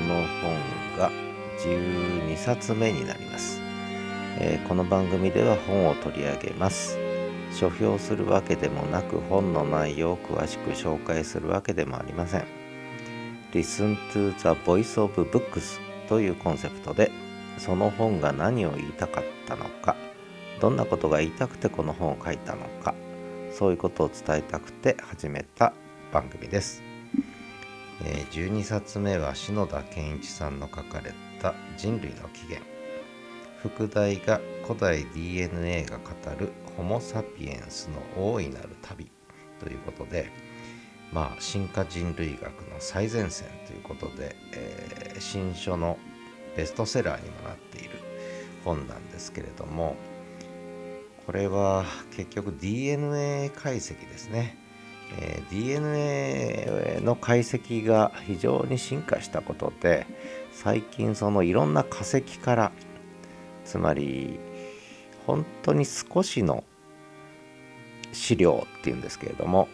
の本が12冊目になります。この番組では本を取り上げます。書評するわけでもなく、本の内容を詳しく紹介するわけでもありません。Listen to the Voice of Books というコンセプトで、その本が何を言いたかったのか、どんなことが言いたくてこの本を書いたのか、そういうことを伝えたくて始めた番組です。12冊目は篠田健一さんの書かれた人類の起源。副題が古代 DNA が語るホモ・サピエンスの大いなる旅ということで、進化人類学の最前線ということで、新書のベストセラーにもなっている本なんですけれども、これは結局 DNA 解析ですね。DNA の解析が非常に進化したことで、最近そのいろんな化石から、つまり本当に少しの資料っていうんですけれども、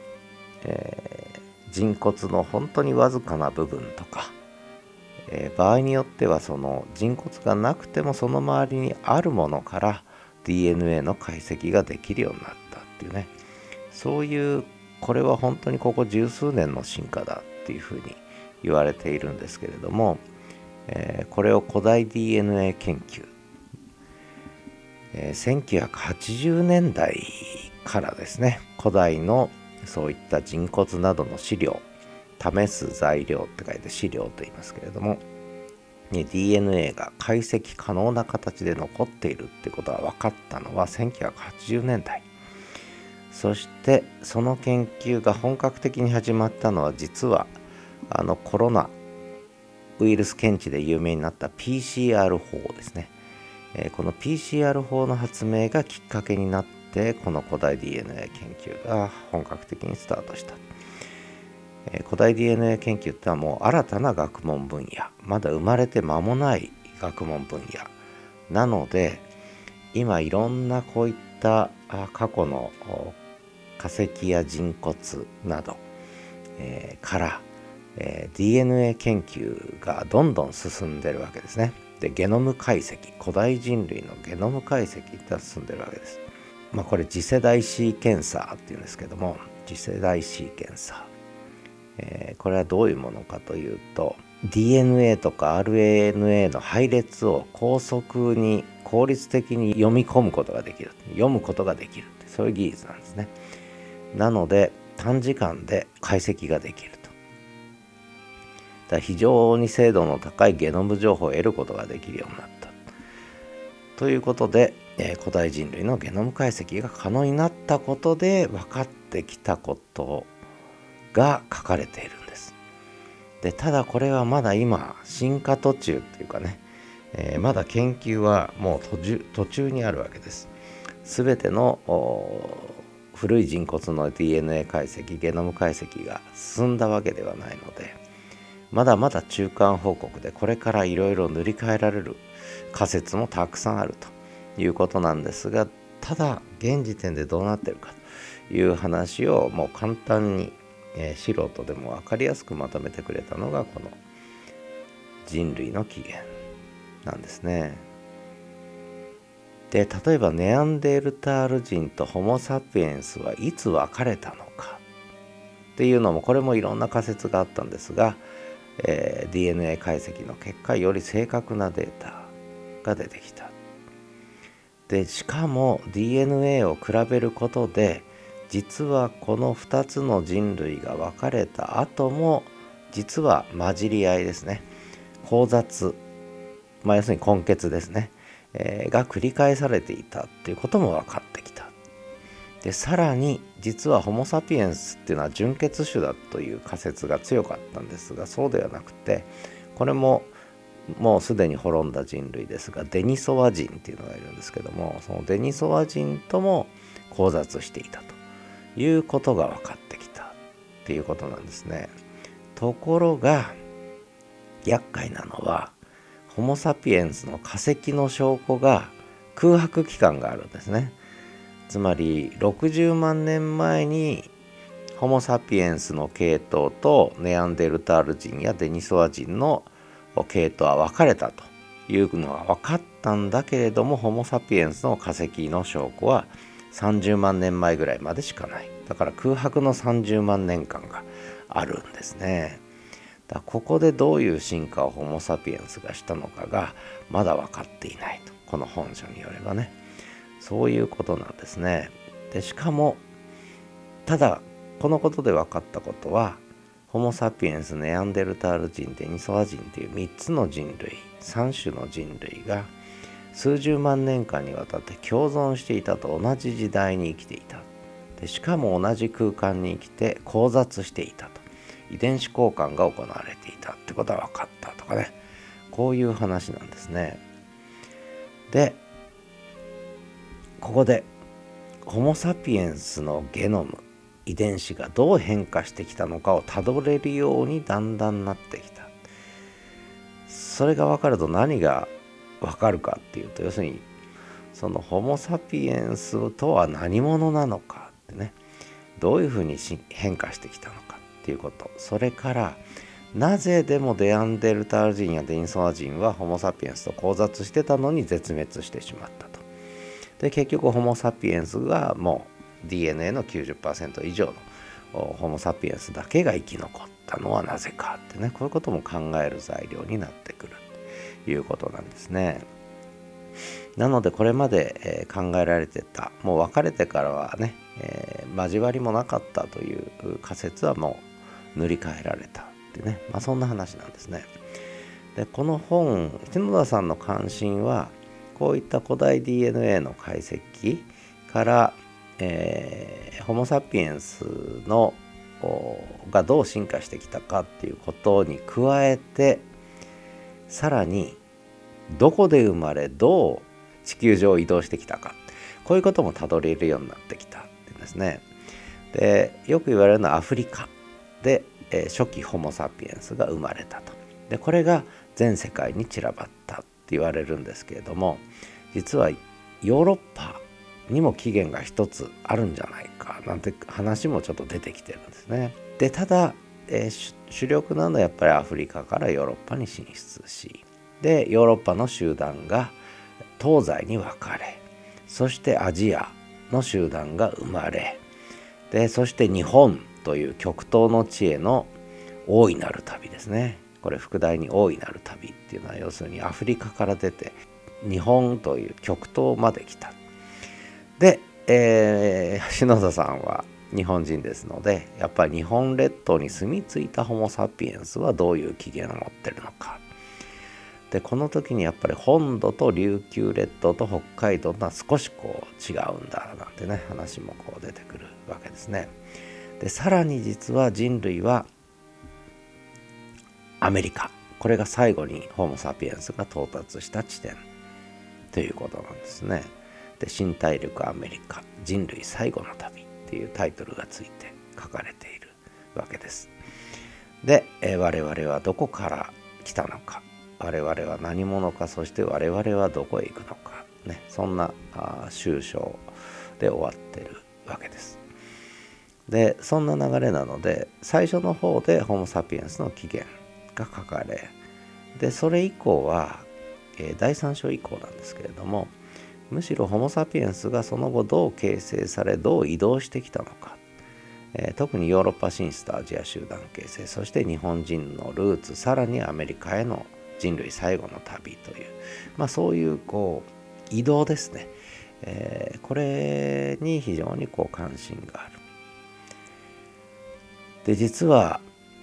人骨の本当にわずかな部分とか、場合によってはその人骨がなくてもその周りにあるものから DNA の解析ができるようになったっていうね、そういうこれは本当にここ十数年の進化だっていうふうに言われているんですけれども、これを古代 DNA 研究、1980年代からですね、古代のそういった人骨などの資料、試す材料って書いて資料と言いますけれども、DNA が解析可能な形で残っているってことが分かったのは1980年代。そしてその研究が本格的に始まったのは、実はコロナウイルス検知で有名になった PCR 法ですね。この PCR 法の発明がきっかけになって、この古代 DNA 研究が本格的にスタートした。古代 DNA 研究ってのはもう新たな学問分野、まだ生まれて間もない学問分野なので、今いろんなこういった過去の化石や人骨など、から、DNA 研究がどんどん進んでるわけですね。で、ゲノム解析、古代人類のゲノム解析って進んでるわけです。これ次世代シーケンサーっていうんですけども、次世代シーケンサー、これはどういうものかというと、 DNA とか RNA の配列を高速に効率的に読み込むことができる、読むことができる、そういう技術なんですね。なので短時間で解析ができると。だから非常に精度の高いゲノム情報を得ることができるようになったということで、古代人類のゲノム解析が可能になったことで分かってきたことが書かれているんです。で、ただこれはまだ今進化途中っていうかね、まだ研究はもう途中にあるわけです。すべての古い人骨の DNA 解析、ゲノム解析が進んだわけではないので、まだまだ中間報告でこれからいろいろ塗り替えられる仮説もたくさんあるということなんですが、ただ現時点でどうなってるかという話をもう簡単に、素人でも分かりやすくまとめてくれたのがこの人類の起源なんですね。で、例えばネアンデルタール人とホモ・サピエンスはいつ分かれたのかっていうのも、これもいろんな仮説があったんですが、DNA 解析の結果より正確なデータが出てきた。で、しかも DNA を比べることで、実はこの2つの人類が分かれた後も実は混じり合いですね、交雑、要するに混血ですね、が繰り返されていたっていうことも分かってきた。で、さらに実はホモ・サピエンスっていうのは純血種だという仮説が強かったんですが、そうではなくて、これももうすでに滅んだ人類ですが、デニソワ人っていうのがいるんですけども、そのデニソワ人とも交雑していたということが分かってきたっていうことなんですね。ところが厄介なのは、ホモ・サピエンスの化石の証拠が空白期間があるんですね。つまり60万年前にホモ・サピエンスの系統とネアンデルタール人やデニソワ人の系統は分かれたというのが分かったんだけれども、ホモ・サピエンスの化石の証拠は30万年前ぐらいまでしかない。だから空白の30万年間があるんですね。だからここでどういう進化をホモ・サピエンスがしたのかがまだ分かっていないと、この本書によればね、そういうことなんですね。でしかもただこのことで分かったことは、ホモ・サピエンス、ネアンデルタール人、デニソワ人という3つの人類、3種の人類が数十万年間にわたって共存していたと、同じ時代に生きていた。でしかも同じ空間に生きて交雑していたと、遺伝子交換が行われていたってことは分かったとかね、こういう話なんですね。でここでホモ・サピエンスのゲノム、遺伝子がどう変化してきたのかをたどれるようにだんだんなってきた。それが分かると何が分かるかっていうと、要するにそのホモ・サピエンスとは何者なのかってね、どういうふうに変化してきたのかっていうこと、それからなぜでもネアンデルタール人やデニソワ人はホモ・サピエンスと交雑してたのに絶滅してしまったと。で結局ホモ・サピエンスがもう DNA の 90% 以上のホモ・サピエンスだけが生き残ったのはなぜかってね、こういうことも考える材料になってくるということなんですね。なのでこれまで考えられてた、もう別れてからはね、交わりもなかったという仮説はもう塗り替えられたってね、そんな話なんですね。でこの本、篠田さんの関心はこういった古代 DNA の解析から、ホモ・サピエンスのがどう進化してきたかっていうことに加えて、さらにどこで生まれどう地球上を移動してきたか、こういうこともたどれるようになってきたっていうんですね。でよく言われるのはアフリカで、初期ホモ・サピエンスが生まれたと。でこれが全世界に散らばったって言われるんですけれども、実はヨーロッパにも起源が一つあるんじゃないかなんて話もちょっと出てきてるんですね。でただ、主力なのはやっぱりアフリカからヨーロッパに進出し、でヨーロッパの集団が東西に分かれ、そしてアジアの集団が生まれ、でそして日本という極東の地への大いなる旅ですね。これ副題に大いなる旅っていうのは、要するにアフリカから出て日本という極東まで来た。で、篠田さんは日本人ですので、やっぱり日本列島に住み着いたホモ・サピエンスはどういう起源を持ってるのか。でこの時にやっぱり本土と琉球列島と北海道が少しこう違うんだなんてね、話もこう出てくるわけですね。でさらに実は人類はアメリカ、これが最後にホモ・サピエンスが到達した地点ということなんですね。で新大陸アメリカ、人類最後の旅っていうタイトルがついて書かれているわけです。で、我々はどこから来たのか、我々は何者か、そして我々はどこへ行くのか、ね、そんな終章で終わってるわけです。でそんな流れなので、最初の方でホモ・サピエンスの起源が書かれ、でそれ以降は、第3章以降なんですけれども、むしろホモ・サピエンスがその後どう形成されどう移動してきたのか、特にヨーロッパ進出とアジア集団形成、そして日本人のルーツ、さらにアメリカへの人類最後の旅という、そういうこう移動ですね、これに非常にこう関心がある。で実は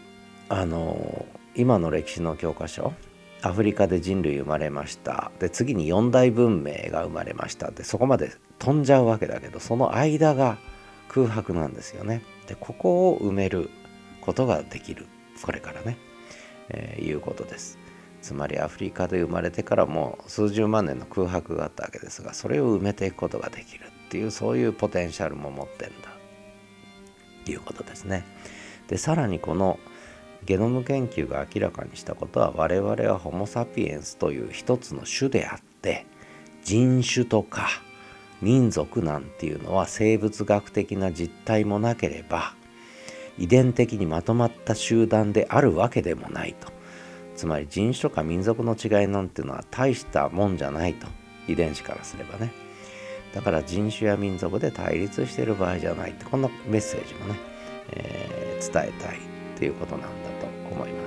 今の歴史の教科書、アフリカで人類生まれました、で次に四大文明が生まれました、でそこまで飛んじゃうわけだけど、その間が空白なんですよね。でここを埋めることができる、これからね、いうことです。つまりアフリカで生まれてからもう数十万年の空白があったわけですが、それを埋めていくことができるっていう、そういうポテンシャルも持ってんだということですね。でさらにこのゲノム研究が明らかにしたことは、我々はホモ・サピエンスという一つの種であって、人種とか民族なんていうのは生物学的な実態もなければ遺伝的にまとまった集団であるわけでもないと。 つまり人種とか民族の違いなんていうのは大したもんじゃないと、遺伝子からすればね。だから人種や民族で対立している場合じゃないって、こんなメッセージもね、伝えたいっていうことなんだと思います。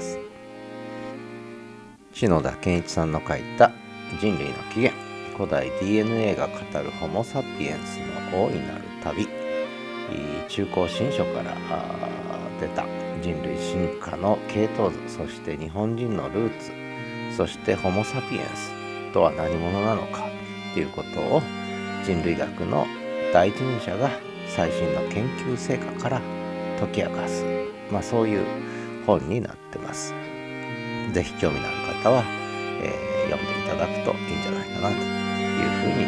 篠田健一さんの書いた人類の起源、古代 DNA が語るホモ・サピエンスの大いなる旅、中高新書から出た人類進化の系統図、そして日本人のルーツ、そしてホモ・サピエンスとは何者なのかということを人類学の第一人者が最新の研究成果から解き明かす、そういう本になってます。ぜひ興味のある方は、読んでいただくといいんじゃないかなというふうに